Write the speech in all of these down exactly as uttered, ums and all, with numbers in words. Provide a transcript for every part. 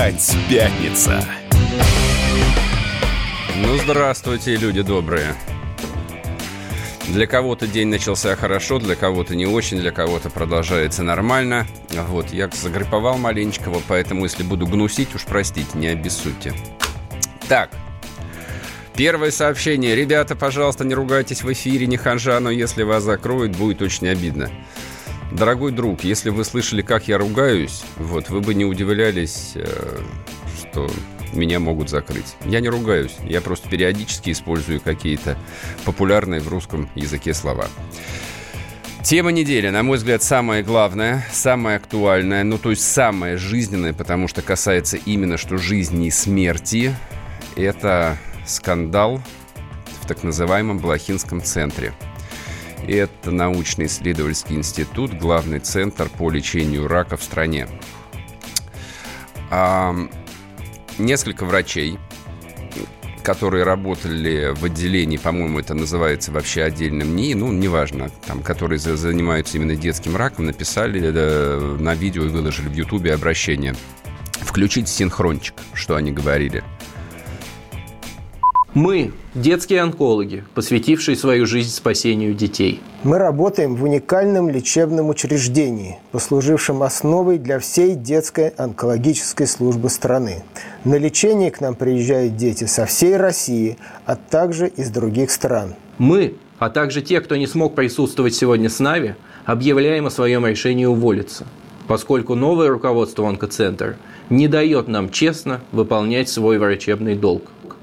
Опять пятница. Ну, здравствуйте, люди добрые. Для кого-то день начался хорошо, для кого-то не очень, для кого-то продолжается нормально. Вот, я загриповал маленечко, поэтому если буду гнусить, уж простите, не обессудьте. Так, первое сообщение. Ребята, пожалуйста, не ругайтесь в эфире, не ханжа, но если вас закроют, будет очень обидно. Дорогой друг, если вы слышали, как я ругаюсь, вот, вы бы не удивлялись, что меня могут закрыть. Я не ругаюсь, я просто периодически использую какие-то популярные в русском языке слова. Тема недели, на мой взгляд, самая главная, самая актуальная, ну, то есть самая жизненная, потому что касается именно что жизни и смерти. Это скандал в так называемом Блохинском центре. Это научно-исследовательский институт, главный центр по лечению рака в стране. А, несколько врачей, которые работали в отделении, по-моему, это называется вообще отдельным НИИ, ну, неважно, там, которые за, занимаются именно детским раком, написали э, на видео и выложили в Ютубе обращение. Включите синхрончик, что они говорили. Мы – детские онкологи, посвятившие свою жизнь спасению детей. Мы работаем в уникальном лечебном учреждении, послужившем основой для всей детской онкологической службы страны. На лечение к нам приезжают дети со всей России, а также из других стран. Мы, а также те, кто не смог присутствовать сегодня с нами, объявляем о своем решении уволиться, поскольку новое руководство онкоцентра не дает нам честно выполнять свой врачебный долг.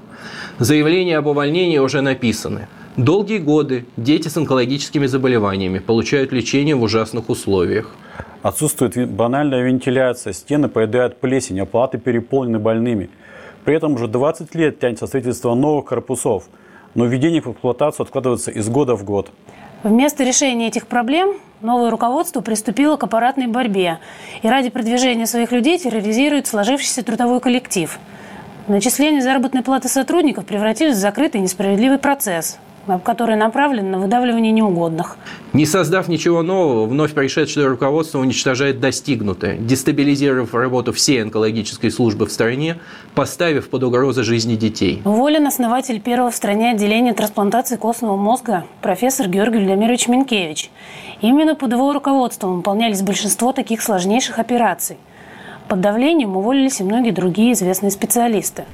Заявления об увольнении уже написаны. Долгие годы дети с онкологическими заболеваниями получают лечение в ужасных условиях. Отсутствует банальная вентиляция, стены поедают плесень, а палаты переполнены больными. При этом уже двадцать лет тянется строительство новых корпусов, но введение их в эксплуатацию откладывается из года в год. Вместо решения этих проблем новое руководство приступило к аппаратной борьбе и ради продвижения своих людей терроризирует сложившийся трудовой коллектив. Начисление заработной платы сотрудников превратилось в закрытый несправедливый процесс, который направлен на выдавливание неугодных. Не создав ничего нового, вновь пришедшее руководство уничтожает достигнутое, дестабилизировав работу всей онкологической службы в стране, поставив под угрозу жизни детей. Уволен основатель первого в стране отделения трансплантации костного мозга профессор Георгий Людомирович Минкевич. Именно под его руководством выполнялись большинство таких сложнейших операций. Под давлением уволились и многие другие известные специалисты.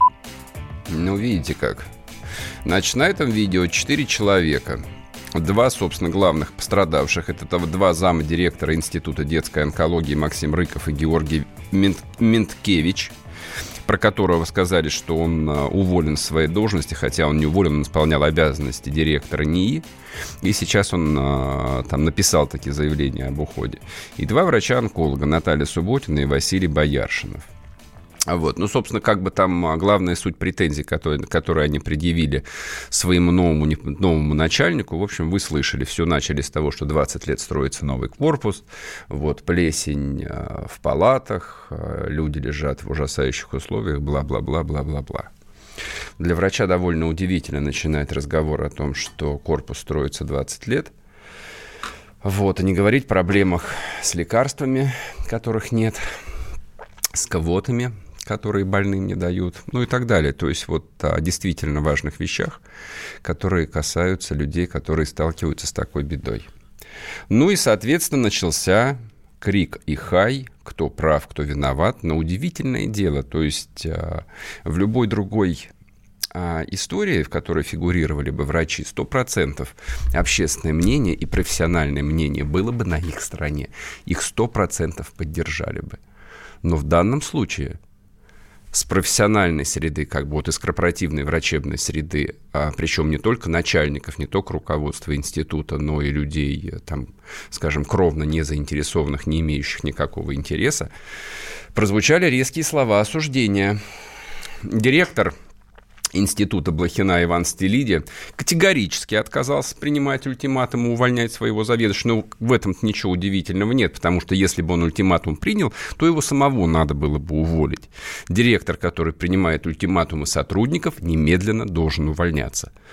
Ну, видите как. Значит, на этом видео четыре человека. Два, собственно, главных пострадавших. Это два зама директора Института детской онкологии Максим Рыков и Георгий Минкевич, про которого сказали, что он уволен с своей должности, хотя он не уволен, он исполнял обязанности директора НИИ. И сейчас он там написал такие заявления об уходе. И два врача-онколога, Наталья Субботина и Василий Бояршинов. Вот. Ну, собственно, как бы там главная суть претензий, которые, которые они предъявили своему новому, новому начальнику, в общем, вы слышали. Все начали с того, что двадцать лет строится новый корпус, вот, плесень в палатах, люди лежат в ужасающих условиях, бла-бла-бла-бла-бла-бла. Для врача довольно удивительно начинать разговор о том, что корпус строится двадцать лет. Вот, и не говорить о проблемах с лекарствами, которых нет, с квотами, которые больным не дают, ну и так далее. То есть вот о действительно важных вещах, которые касаются людей, которые сталкиваются с такой бедой. Ну и, соответственно, начался крик и хай, кто прав, кто виноват, но удивительное дело, то есть в любой другой истории, в которой фигурировали бы врачи, сто процентов общественное мнение и профессиональное мнение было бы на их стороне. Их сто процентов поддержали бы. Но в данном случае с профессиональной среды, как бы вот из корпоративной врачебной среды, а причем не только начальников, не только руководства института, но и людей, там, скажем, кровно не заинтересованных, не имеющих никакого интереса, прозвучали резкие слова осуждения. Директор Института Блохина Иван Стелиди категорически отказался принимать ультиматум и увольнять своего заведующего. Но в этом ничего удивительного нет, потому что если бы он ультиматум принял, то его самого надо было бы уволить. Директор, который принимает ультиматумы сотрудников, немедленно должен увольняться.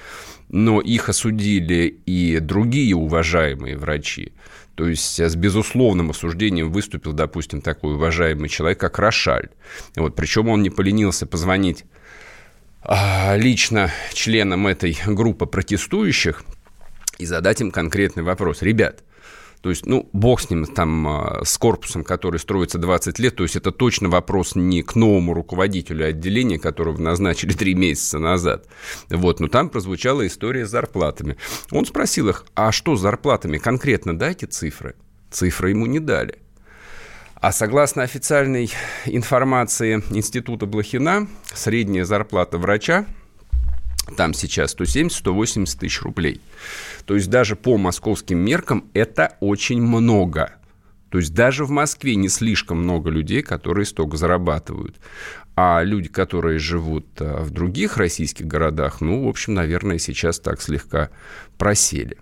но их осудили и другие уважаемые врачи. То есть с безусловным осуждением выступил, допустим, такой уважаемый человек, как Рошаль. Вот, причем он не поленился позвонить а, лично членам этой группы протестующих и задать им конкретный вопрос. Ребят, то есть, ну, бог с ним, там, с корпусом, который строится двадцать лет, то есть это точно вопрос не к новому руководителю отделения, которого назначили три месяца назад. Вот, но там прозвучала история с зарплатами. Он спросил их, а что с зарплатами? Конкретно дайте цифры. Цифры ему не дали. А согласно официальной информации Института Блохина, средняя зарплата врача там сейчас сто семьдесят - сто восемьдесят тысяч рублей. То есть даже по московским меркам это очень много. То есть даже в Москве не слишком много людей, которые столько зарабатывают. А люди, которые живут в других российских городах, ну, в общем, наверное, сейчас так слегка просели.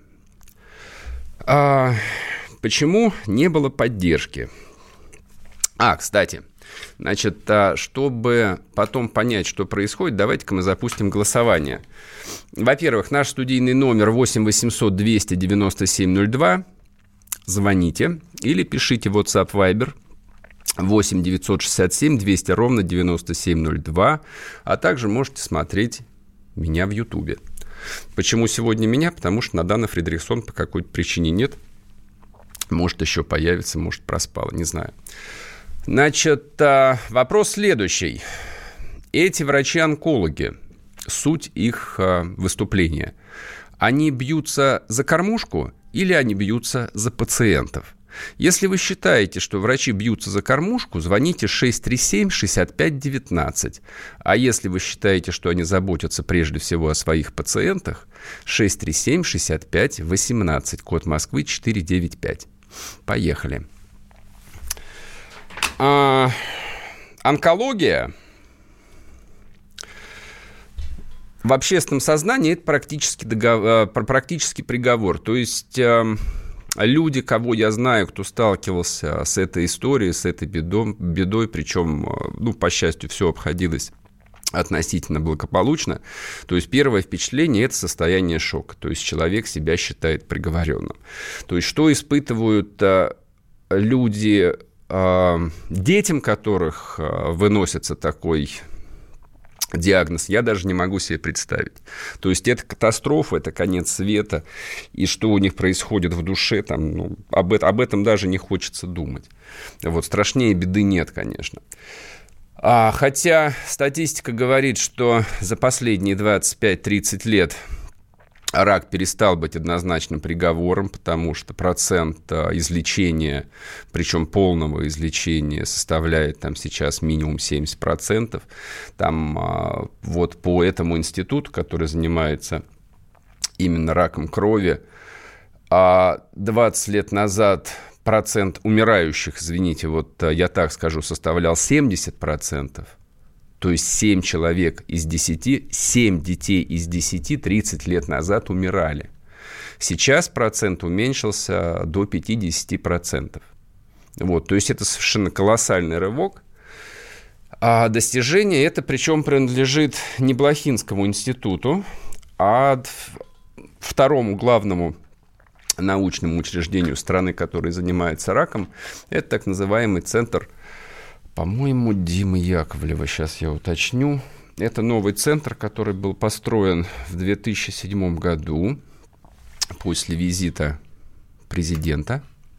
А почему не было поддержки? А, кстати... Значит, чтобы потом понять, что происходит, давайте-ка мы запустим голосование. Во-первых, наш студийный номер восемь восемьсот двести девяносто семь ноль два. Звоните или пишите в WhatsApp Viber восемь девятьсот шестьдесят семь двести ровно девяносто семь ноль два. А также можете смотреть меня в Ютубе. Почему сегодня меня? Потому что Надана Фридрихсон по какой-то причине нет. Может, еще появится, может, проспала, не знаю. Значит, вопрос следующий. Эти врачи-онкологи, суть их выступления, они бьются за кормушку или они бьются за пациентов? Если вы считаете, что врачи бьются за кормушку, звоните шесть три семь шестьдесят пять девятнадцать. А если вы считаете, что они заботятся прежде всего о своих пациентах, шесть три семь шестьдесят пять восемнадцать, код Москвы четыре девять пять. Поехали. А, онкология в общественном сознании – это практически, договор, практически приговор. То есть э, люди, кого я знаю, кто сталкивался с этой историей, с этой бедой, бедой, причем, ну, по счастью, все обходилось относительно благополучно. То есть первое впечатление – это состояние шока. То есть человек себя считает приговоренным. То есть что испытывают э, люди, э, детям которых э, выносится такой диагноз, я даже не могу себе представить. То есть это катастрофа, это конец света, и что у них происходит в душе, там, ну, об, это, об этом даже не хочется думать. Вот, страшнее беды нет, конечно. А, хотя статистика говорит, что за последние двадцать пять - тридцать лет рак перестал быть однозначным приговором, потому что процент излечения, причем полного излечения, составляет там сейчас минимум семьдесят процентов. Там вот по этому институту, который занимается именно раком крови, двадцать лет назад процент умирающих, извините, вот я так скажу, составлял семьдесят процентов. То есть семь человек из десяти, семь детей из десяти тридцать лет назад умирали. Сейчас процент уменьшился до пятьдесят процентов. Вот, то есть это совершенно колоссальный рывок. А достижение это, причем, принадлежит не Блохинскому институту, а второму главному научному учреждению страны, который занимается раком. Это так называемый центр, по-моему, Димы Яковлева, сейчас я уточню. Это новый центр, который был построен в две тысячи седьмом году после визита президента.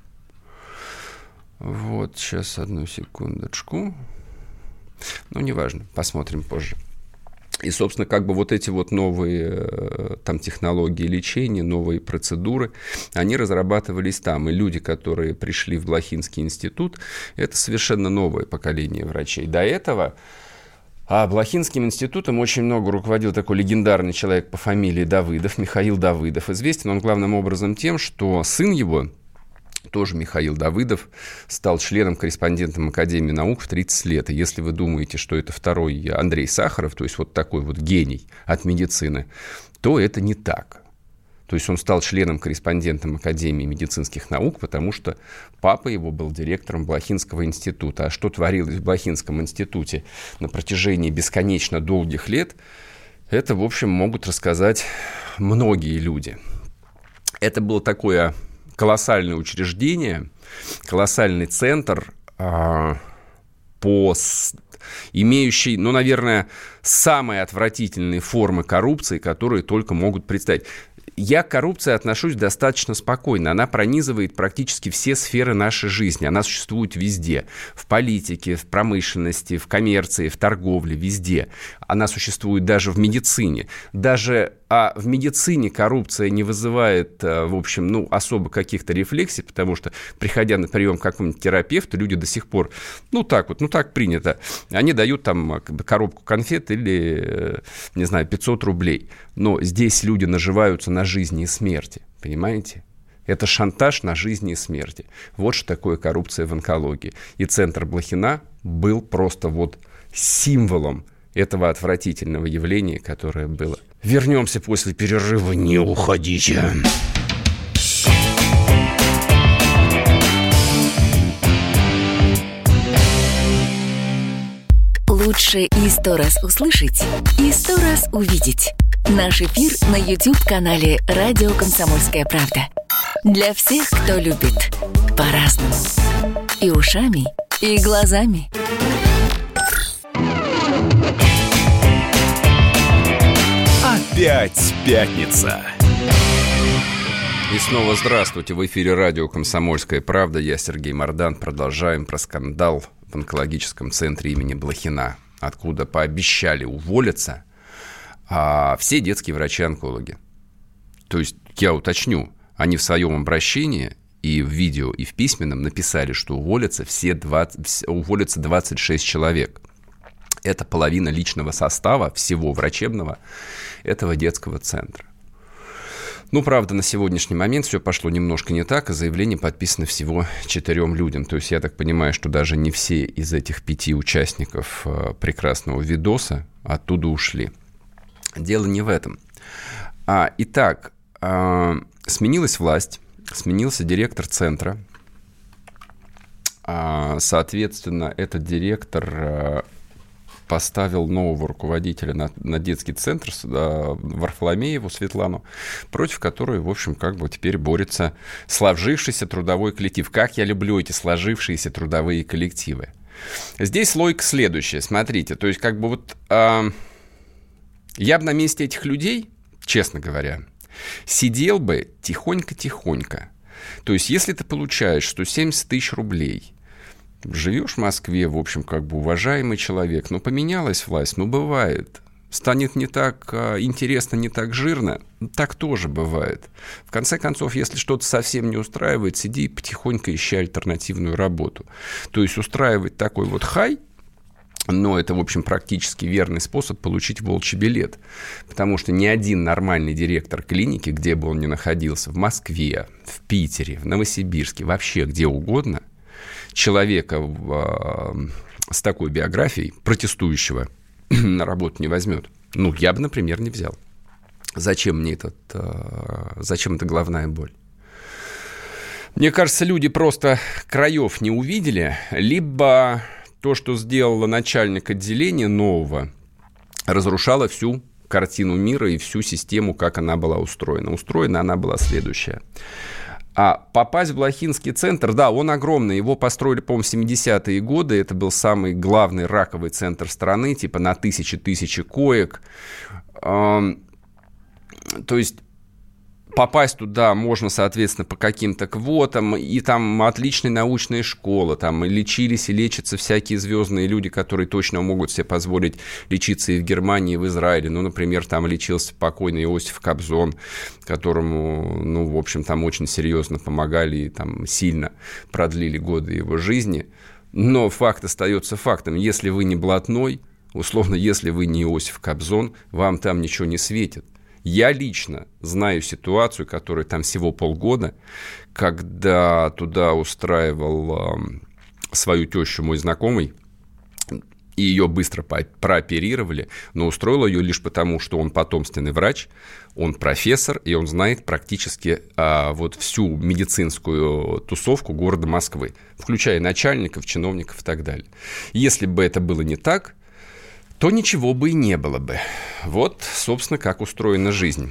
Вот, сейчас, одну секундочку. Ну, неважно, посмотрим позже. И, собственно, как бы вот эти вот новые там технологии лечения, новые процедуры, они разрабатывались там. И люди, которые пришли в Блохинский институт, это совершенно новое поколение врачей. До этого а Блохинским институтом очень много руководил такой легендарный человек по фамилии Давыдов, Михаил Давыдов. Известен он главным образом тем, что сын его, тоже Михаил Давыдов, стал членом-корреспондентом Академии наук в тридцать лет. И если вы думаете, что это второй Андрей Сахаров, то есть вот такой вот гений от медицины, то это не так. То есть он стал членом-корреспондентом Академии медицинских наук, потому что папа его был директором Блохинского института. А что творилось в Блохинском институте на протяжении бесконечно долгих лет, это, в общем, могут рассказать многие люди. Это было такое колоссальное учреждение, колоссальный центр, а, по имеющий, ну, наверное, самые отвратительные формы коррупции, которые только могут представить. Я к коррупции отношусь достаточно спокойно. Она пронизывает практически все сферы нашей жизни. Она существует везде. В политике, в промышленности, в коммерции, в торговле, везде. Она существует даже в медицине. Даже а в медицине коррупция не вызывает, в общем, ну, особо каких-то рефлексий, потому что, приходя на прием к какому-нибудь терапевту, люди до сих пор, ну, так вот, ну, так принято. Они дают там как бы коробку конфет или, не знаю, пятьсот рублей. Но здесь люди наживаются на жизни и смерти, понимаете? Это шантаж на жизни и смерти. Вот что такое коррупция в онкологии. И центр Блохина был просто вот символом этого отвратительного явления, которое было. Вернемся после перерыва. Не уходите. Лучше и сто раз услышать, и сто раз увидеть. Наш эфир на YouTube-канале «Радио Комсомольская правда». Для всех, кто любит по-разному. И ушами, и глазами. Опять пятница. И снова здравствуйте. В эфире радио «Комсомольская правда». Я Сергей Мордан. Продолжаем про скандал в онкологическом центре имени Блохина, откуда пообещали уволиться а, все детские врачи-онкологи. То есть, я уточню, они в своем обращении и в видео, и в письменном написали, что уволятся, все двадцать, уволятся двадцать шесть человек. Это половина личного состава всего врачебного этого детского центра. Ну, правда, на сегодняшний момент все пошло немножко не так, и заявление подписано всего четырем людям. То есть я так понимаю, что даже не все из этих пяти участников э, прекрасного видоса оттуда ушли. Дело не в этом. А, итак, э, сменилась власть, сменился директор центра. А, соответственно, этот директор... Э, поставил нового руководителя на, на детский центр, Варфоломееву Светлану, против которой, в общем, как бы теперь борется сложившийся трудовой коллектив. Как я люблю эти сложившиеся трудовые коллективы. Здесь логика следующая. Смотрите, то есть как бы вот э, я бы на месте этих людей, честно говоря, сидел бы тихонько-тихонько. То есть если ты получаешь сто семьдесят тысяч рублей, живешь в Москве, в общем, как бы уважаемый человек, но поменялась власть, ну, бывает. Станет не так а, интересно, не так жирно, так тоже бывает. В конце концов, если что-то совсем не устраивает, сиди и потихоньку ищи альтернативную работу. То есть устраивать такой вот хай, но это, в общем, практически верный способ получить волчий билет. Потому что ни один нормальный директор клиники, где бы он ни находился, в Москве, в Питере, в Новосибирске, вообще где угодно, человека в, с такой биографией, протестующего, на работу не возьмет. Ну, я бы, например, не взял. Зачем мне этот, зачем эта головная боль? Мне кажется, люди просто краев не увидели, либо то, что сделало начальник отделения нового, разрушало всю картину мира и всю систему, как она была устроена. Устроена она была следующая. А попасть в Блохинский центр, да, он огромный. Его построили, по-моему, в семидесятые годы. Это был самый главный раковый центр страны, типа на тысячи-тысячи коек. То есть попасть туда можно, соответственно, по каким-то квотам, и там отличная научная школа, там и лечились и лечатся всякие звездные люди, которые точно могут себе позволить лечиться и в Германии, и в Израиле. Ну, например, там лечился покойный Иосиф Кобзон, которому, ну, в общем, там очень серьезно помогали и там сильно продлили годы его жизни. Но факт остается фактом. Если вы не блатной, условно, если вы не Иосиф Кобзон, вам там ничего не светит. Я лично знаю ситуацию, которая там всего полгода, когда туда устраивал э, свою тещу мой знакомый, и ее быстро прооперировали, но устроил ее лишь потому, что он потомственный врач, он профессор, и он знает практически э, вот всю медицинскую тусовку города Москвы, включая начальников, чиновников и так далее. Если бы это было не так, то ничего бы и не было бы. Вот, собственно, как устроена жизнь.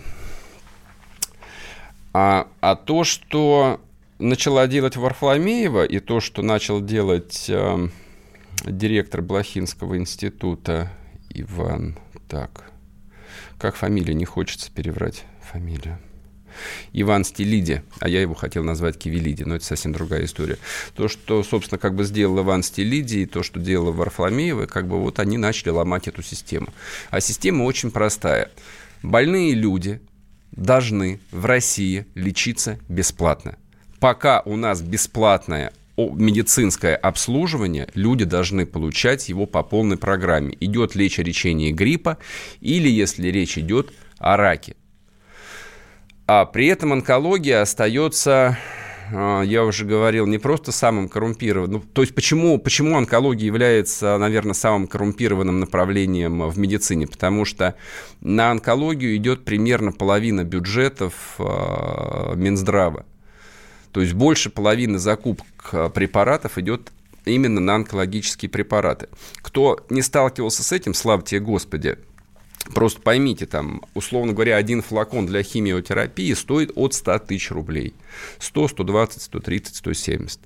А, а то, что начала делать Варфоломеева, и то, что начал делать э, директор Блохинского института Иван... Так, как фамилия? Не хочется переврать фамилию. Иван Стилиди, а я его хотел назвать Кивелиди, но это совсем другая история. То, что, собственно, как бы сделал Иван Стилиди, и то, что делала Варфоломеева, как бы вот они начали ломать эту систему. А система очень простая. Больные люди должны в России лечиться бесплатно. Пока у нас бесплатное медицинское обслуживание, люди должны получать его по полной программе. Идет речь о лечении гриппа или, если речь идет о раке. А при этом онкология остается, я уже говорил, не просто самым коррумпированным. Ну, то есть почему, почему онкология является, наверное, самым коррумпированным направлением в медицине? Потому что на онкологию идет примерно половина бюджетов Минздрава. То есть больше половины закупок препаратов идет именно на онкологические препараты. Кто не сталкивался с этим, слава тебе Господи, просто поймите, там, условно говоря, один флакон для химиотерапии стоит от ста тысяч рублей. сто, сто двадцать, сто тридцать, сто семьдесят.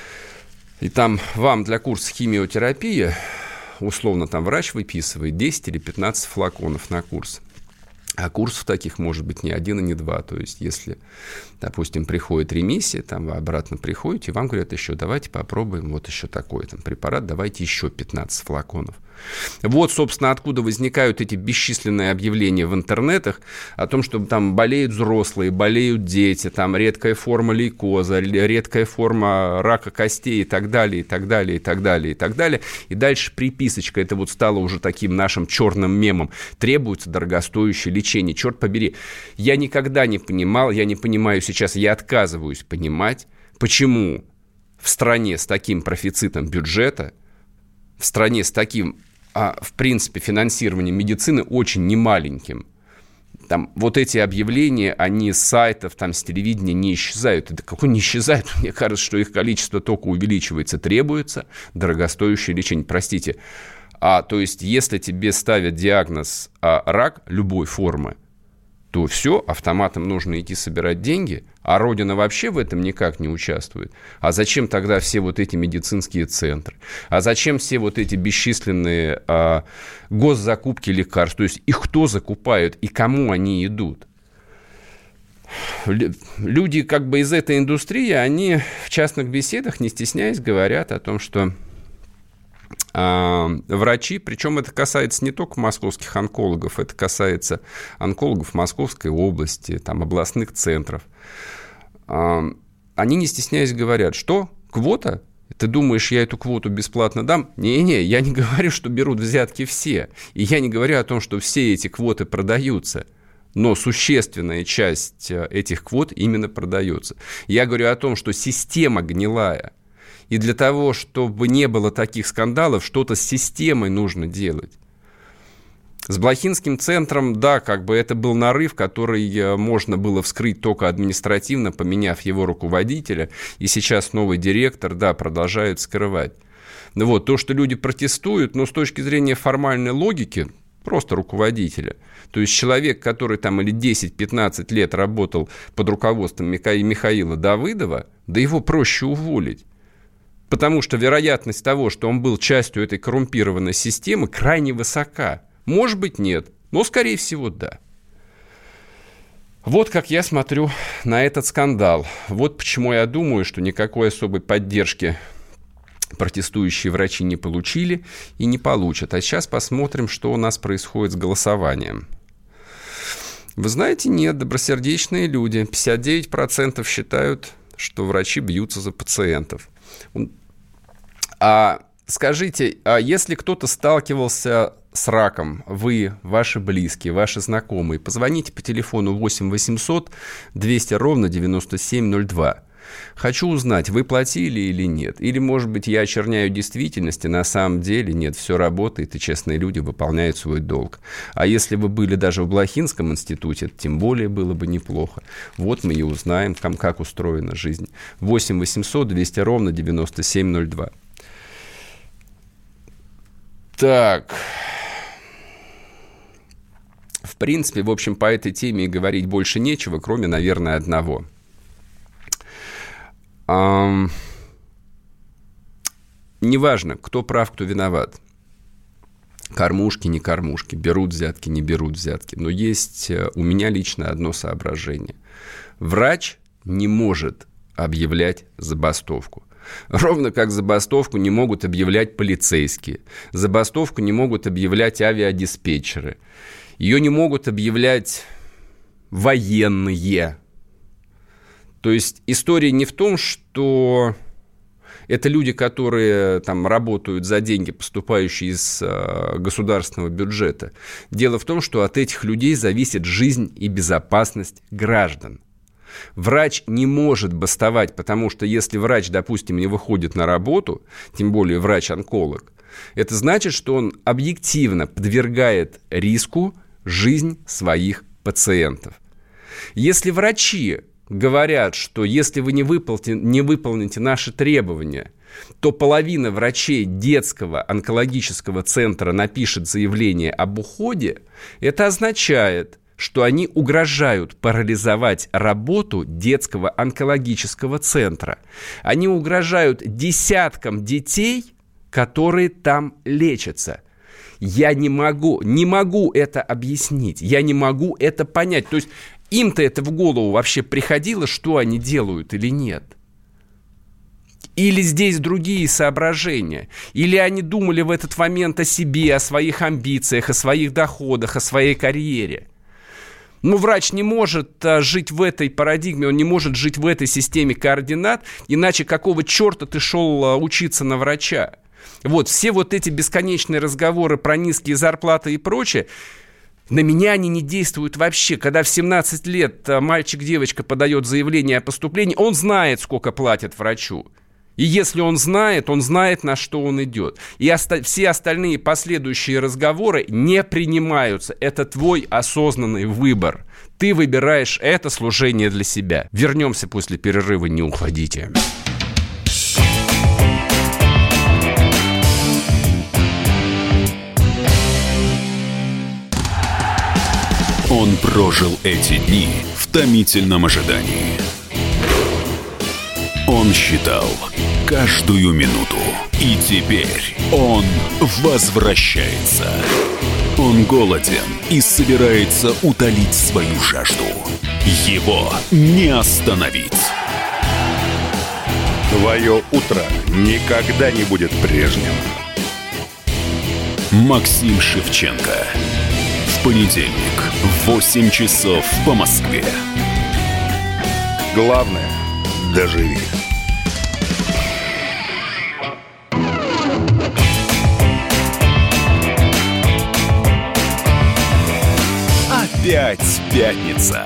И там вам для курса химиотерапии, условно, там врач выписывает десять или пятнадцать флаконов на курс. А курсов таких может быть не один и не два. То есть, если, допустим, приходит ремиссия, там вы обратно приходите, и вам говорят еще, давайте попробуем вот еще такой там препарат, давайте еще пятнадцать флаконов. Вот, собственно, откуда возникают эти бесчисленные объявления в интернетах о том, что там болеют взрослые, болеют дети, там редкая форма лейкоза, редкая форма рака костей и так далее, и так далее, и так далее, и так далее. И дальше приписочка, это вот стало уже таким нашим черным мемом. Требуется дорогостоящее лечение. Черт побери, я никогда не понимал, я не понимаю сейчас, я отказываюсь понимать, почему в стране с таким профицитом бюджета, в стране с таким, а, в принципе, финансированием медицины очень немаленьким, там вот эти объявления, они с сайтов, там, с телевидения не исчезают. Это какое не исчезает? Мне кажется, что их количество только увеличивается. Требуется дорогостоящее лечение. Простите. А, то есть, если тебе ставят диагноз а, рак любой формы, то все, автоматом нужно идти собирать деньги, а Родина вообще в этом никак не участвует. А зачем тогда все вот эти медицинские центры? А зачем все вот эти бесчисленные а, госзакупки лекарств? То есть их кто закупает и кому они идут? Люди как бы из этой индустрии, они в частных беседах, не стесняясь, говорят о том, что врачи, причем это касается не только московских онкологов, это касается онкологов Московской области, там, областных центров. Они, не стесняясь, говорят, что квота? Ты думаешь, я эту квоту бесплатно дам? Не-не, я не говорю, что берут взятки все. И я не говорю о том, что все эти квоты продаются. Но существенная часть этих квот именно продается. Я говорю о том, что система гнилая. И для того, чтобы не было таких скандалов, что-то с системой нужно делать. С Блохинским центром, да, как бы это был нарыв, который можно было вскрыть только административно, поменяв его руководителя. И сейчас новый директор, да, продолжает скрывать. Ну вот, то, что люди протестуют, но с точки зрения формальной логики, просто руководителя. То есть человек, который там или десять-пятнадцать лет работал под руководством Михаила Давыдова, да его проще уволить. Потому что вероятность того, что он был частью этой коррумпированной системы, крайне высока. Может быть, нет, но, скорее всего, да. Вот как я смотрю на этот скандал. Вот почему я думаю, что никакой особой поддержки протестующие врачи не получили и не получат. А сейчас посмотрим, что у нас происходит с голосованием. Вы знаете, нет, добросердечные люди. пятьдесят девять процентов считают, что врачи бьются за пациентов. А скажите, а если кто-то сталкивался с раком, вы, ваши близкие, ваши знакомые, позвоните по телефону восемь восемьсот двести ровно девяносто семь ноль два. Хочу узнать, вы платили или нет. Или, может быть, я очерняю действительность, и на самом деле нет, все работает, и честные люди выполняют свой долг. А если вы были даже в Блохинском институте, тем более было бы неплохо. Вот мы и узнаем, как устроена жизнь. восемь восемьсот двести ровно девяносто семь ноль два. Так, принципе, в общем, по этой теме и говорить больше нечего, кроме, наверное, одного. Эм... Неважно, кто прав, кто виноват. Кормушки, не кормушки, берут взятки, не берут взятки. Но есть у меня лично одно соображение. Врач не может объявлять забастовку. Ровно как забастовку не могут объявлять полицейские. Забастовку не могут объявлять авиадиспетчеры. Ее не могут объявлять военные. То есть история не в том, что это люди, которые там работают за деньги, поступающие из э, государственного бюджета. Дело в том, что от этих людей зависит жизнь и безопасность граждан. Врач не может бастовать, потому что если врач, допустим, не выходит на работу, тем более врач-онколог, это значит, что он объективно подвергает риску жизнь своих пациентов. Если врачи говорят, что если вы не выполните, не выполните наши требования, то половина врачей детского онкологического центра напишет заявление об уходе, это означает, что они угрожают парализовать работу детского онкологического центра. Они угрожают десяткам детей, которые там лечатся. Я не могу, не могу это объяснить, я не могу это понять. То есть им-то это в голову вообще приходило, что они делают или нет? Или здесь другие соображения? Или они думали в этот момент о себе, о своих амбициях, о своих доходах, о своей карьере? Ну, врач не может а, жить в этой парадигме, он не может жить в этой системе координат, иначе какого черта ты шел а, учиться на врача? Вот, все вот эти бесконечные разговоры про низкие зарплаты и прочее, на меня они не действуют вообще. Когда в семнадцать лет мальчик-девочка подает заявление о поступлении, он знает, сколько платят врачу. И если он знает, он знает, на что он идет. И оста- все остальные последующие разговоры не принимаются. Это твой осознанный выбор. Ты выбираешь это служение для себя. Вернемся после перерыва, не уходите. Он прожил эти дни в томительном ожидании. Он считал каждую минуту. И теперь он возвращается. Он голоден и собирается утолить свою жажду. Его не остановить. Твое утро никогда не будет прежним. Максим Шевченко. В понедельник в восемь часов по Москве. Главное – доживи. Опять пятница.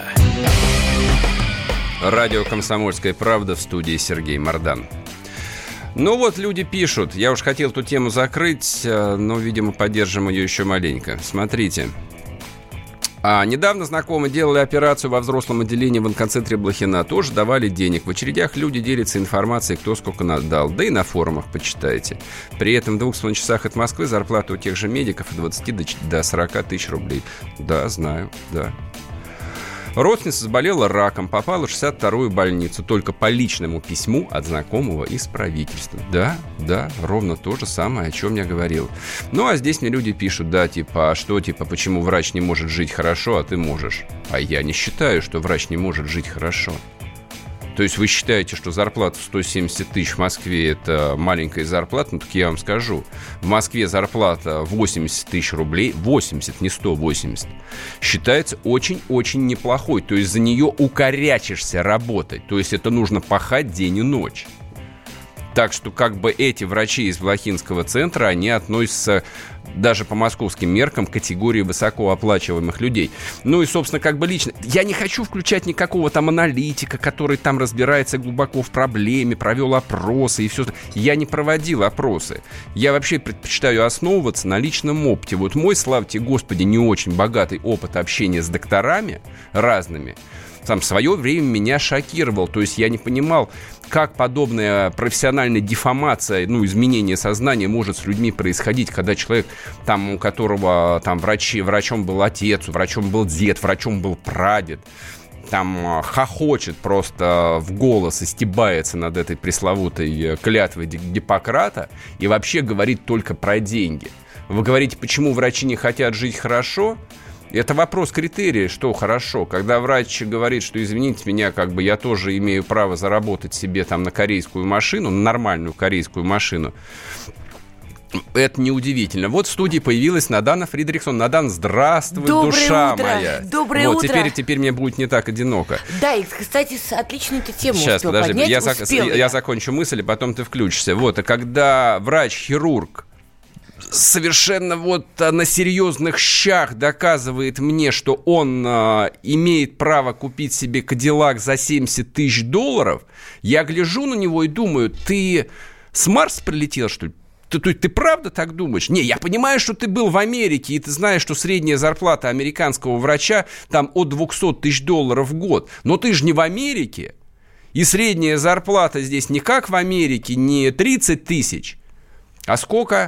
Радио «Комсомольская правда», в студии Сергей Мордан. Ну вот, люди пишут. Я уж хотел эту тему закрыть, но, видимо, поддержим ее еще маленько. Смотрите. А, недавно знакомые делали операцию во взрослом отделении в онкоцентре Блохина. Тоже давали денег. В очередях люди делятся информацией, кто сколько дал. Да и на форумах почитайте. При этом в двух с половиной часах от Москвы зарплата у тех же медиков от двадцати до сорока тысяч рублей. Да, знаю, да. Родственница заболела раком, попала в шестьдесят вторую больницу. Только по личному письму от знакомого из правительства. Да, да, ровно то же самое, о чем я говорил. Ну, а здесь мне люди пишут, да, типа, а что, типа, почему врач не может жить хорошо, а ты можешь? А я не считаю, что врач не может жить хорошо. То есть вы считаете, что зарплата в сто семьдесят тысяч в Москве – это маленькая зарплата? Ну, так я вам скажу. В Москве зарплата восемьдесят тысяч рублей, восемьдесят, не сто восемьдесят, считается очень-очень неплохой. То есть за нее укорячишься работать. То есть это нужно пахать день и ночь. Так что как бы эти врачи из Блохинского центра, они относятся даже по московским меркам к категории высокооплачиваемых людей. Ну и, собственно, как бы лично. Я не хочу включать никакого там аналитика, который там разбирается глубоко в проблеме, провел опросы и все. Я не проводил опросы. Я вообще предпочитаю основываться на личном опыте. Вот мой, слава тебе Господи, не очень богатый опыт общения с докторами разными там в свое время меня шокировал. То есть я не понимал, как подобная профессиональная дефамация, ну, изменение сознания может с людьми происходить, когда человек, там, у которого там врачи, врачом был отец, врачом был дед, врачом был прадед, там хохочет просто в голос и стебается над этой пресловутой клятвой Гиппократа и вообще говорит только про деньги. Вы говорите, почему врачи не хотят жить хорошо? Это вопрос критерия, что хорошо. Когда врач говорит, что, извините меня, как бы я тоже имею право заработать себе там на корейскую машину, на нормальную корейскую машину, это неудивительно. Вот в студии появилась Надана Фридрихсон. Надан, здравствуй, Доброе душа утро. моя. Доброе вот, утро. Теперь, теперь мне будет не так одиноко. Да, и, кстати, отличную ты тему Сейчас, успел подожди, поднять. я, зак- успел я, я закончу мысль, и потом ты включишься. Вот, а когда врач-хирург совершенно вот на серьезных щах доказывает мне, что он э, имеет право купить себе Кадиллак за семьдесят тысяч долларов, я гляжу на него и думаю, ты с Марса прилетел, что ли? Ты, ты, ты правда так думаешь? Не, я понимаю, что ты был в Америке, и ты знаешь, что средняя зарплата американского врача там от двести тысяч долларов в год. Но ты же не в Америке. И средняя зарплата здесь не как в Америке, не тридцать тысяч, а сколько?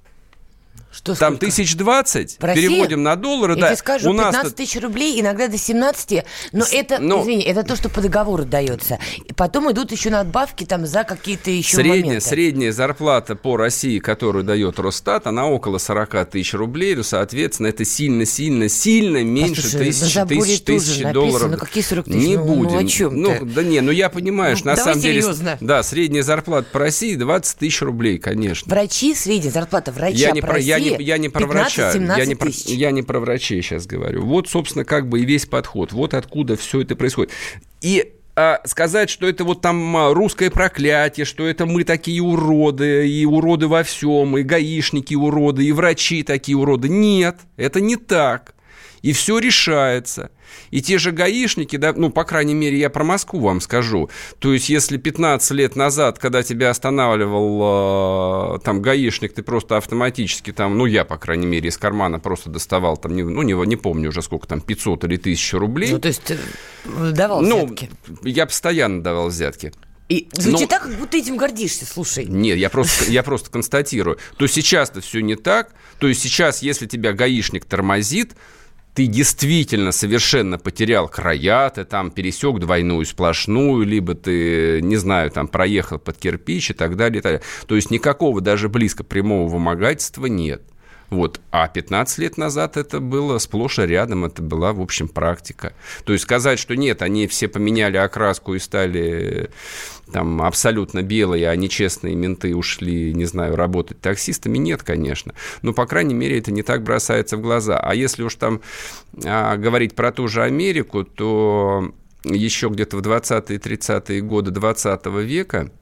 Что, там сколько? тысяч двадцать, переводим на доллары. Я да. тебе скажу, у нас пятнадцать тысяч рублей, иногда до семнадцати, но С, это, но... извини, это то, что по договору дается. И потом идут еще надбавки там за какие-то еще средняя, моменты. Средняя зарплата по России, которую дает Росстат, она около сорок тысяч рублей, ну, соответственно, это сильно-сильно-сильно меньше тысячи тысяч, тысяч долларов. Ну, какие сорок тысяч? Не ну, будем. Ну, о чем ну, да не, ну я понимаю, что ну, на давай самом серьезно. деле... Да, средняя зарплата по России двадцать тысяч рублей, конечно. Врачи, средняя зарплата врача я не по про, России я не, я не про врача. Я не, про, тысяч. я не про врачей сейчас говорю. Вот, собственно, как бы и весь подход. Вот откуда все это происходит. И а, сказать, что это вот там русское проклятие, что это мы такие уроды, и уроды во всем, и гаишники уроды, и врачи такие уроды. Нет, это не так. И все решается. И те же гаишники, да, ну, по крайней мере, я про Москву вам скажу. То есть, если пятнадцать лет назад, когда тебя останавливал э, там гаишник, ты просто автоматически там, ну, я, по крайней мере, из кармана просто доставал там, не, ну, не, не помню уже сколько там, пятьсот или тысяча рублей. Ну, то есть, ты давал ну, взятки? Я постоянно давал взятки. И звучит ну, так, как будто этим гордишься, слушай. Нет, я просто, я просто констатирую. То сейчас-то все не так. То есть, сейчас, если тебя гаишник тормозит, ты действительно совершенно потерял края, ты там пересек двойную сплошную, либо ты, не знаю, там проехал под кирпич и так далее, и так далее. То есть никакого даже близко прямого вымогательства нет. Вот. А пятнадцать лет назад это было сплошь и рядом, это была, в общем, практика. То есть сказать, что нет, они все поменяли окраску и стали там абсолютно белые, а нечестные менты ушли, не знаю, работать таксистами, нет, конечно. Но, по крайней мере, это не так бросается в глаза. А если уж там а, говорить про ту же Америку, то еще где-то в двадцатые-тридцатые годы двадцатого века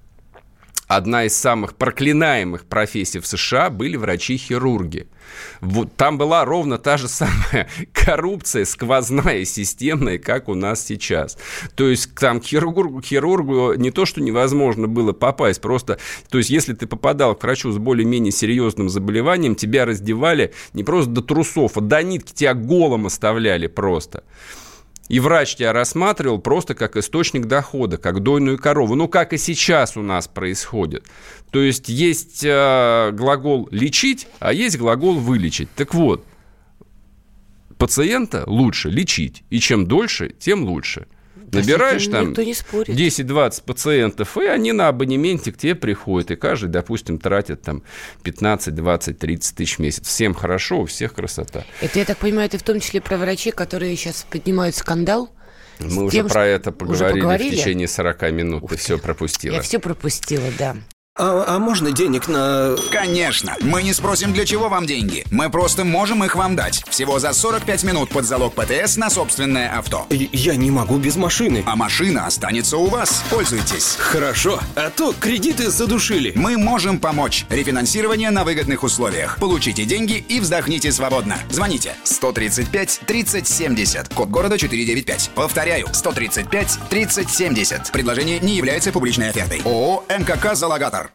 одна из самых проклинаемых профессий в США были врачи-хирурги. Вот там была ровно та же самая коррупция, сквозная, системная, как у нас сейчас. То есть там к хирургу, к хирургу не то, что невозможно было попасть, просто, то есть если ты попадал к врачу с более-менее серьезным заболеванием, тебя раздевали не просто до трусов, а до нитки, тебя голым оставляли просто. И врач тебя рассматривал просто как источник дохода, как дойную корову. Ну, как и сейчас у нас происходит. То есть, есть э, глагол «лечить», а есть глагол «вылечить». Так вот, пациента лучше лечить. И чем дольше, тем лучше. Набираешь там десять-двадцать пациентов, и они на абонементе к тебе приходят. И каждый, допустим, тратит там пятнадцать, двадцать, тридцать тысяч в месяц. Всем хорошо, у всех красота. Это, я так понимаю, это в том числе про врачей, которые сейчас поднимают скандал? Мы уже тем, про это поговорили, поговорили в течение сорок минут. Ух ты, ты все пропустила. Я все пропустила, да. А, а можно денег на... Конечно. Мы не спросим, для чего вам деньги. Мы просто можем их вам дать. Всего за сорок пять минут под залог ПТС на собственное авто. Я не могу без машины. А машина останется у вас. Пользуйтесь. Хорошо. А то кредиты задушили. Мы можем помочь. Рефинансирование на выгодных условиях. Получите деньги и вздохните свободно. Звоните сто тридцать пять тридцать семьдесят. Код города четыреста девяносто пять. Повторяю. сто тридцать пять тридцать семьдесят. Предложение не является публичной офертой. ООО «МКК Залогатор».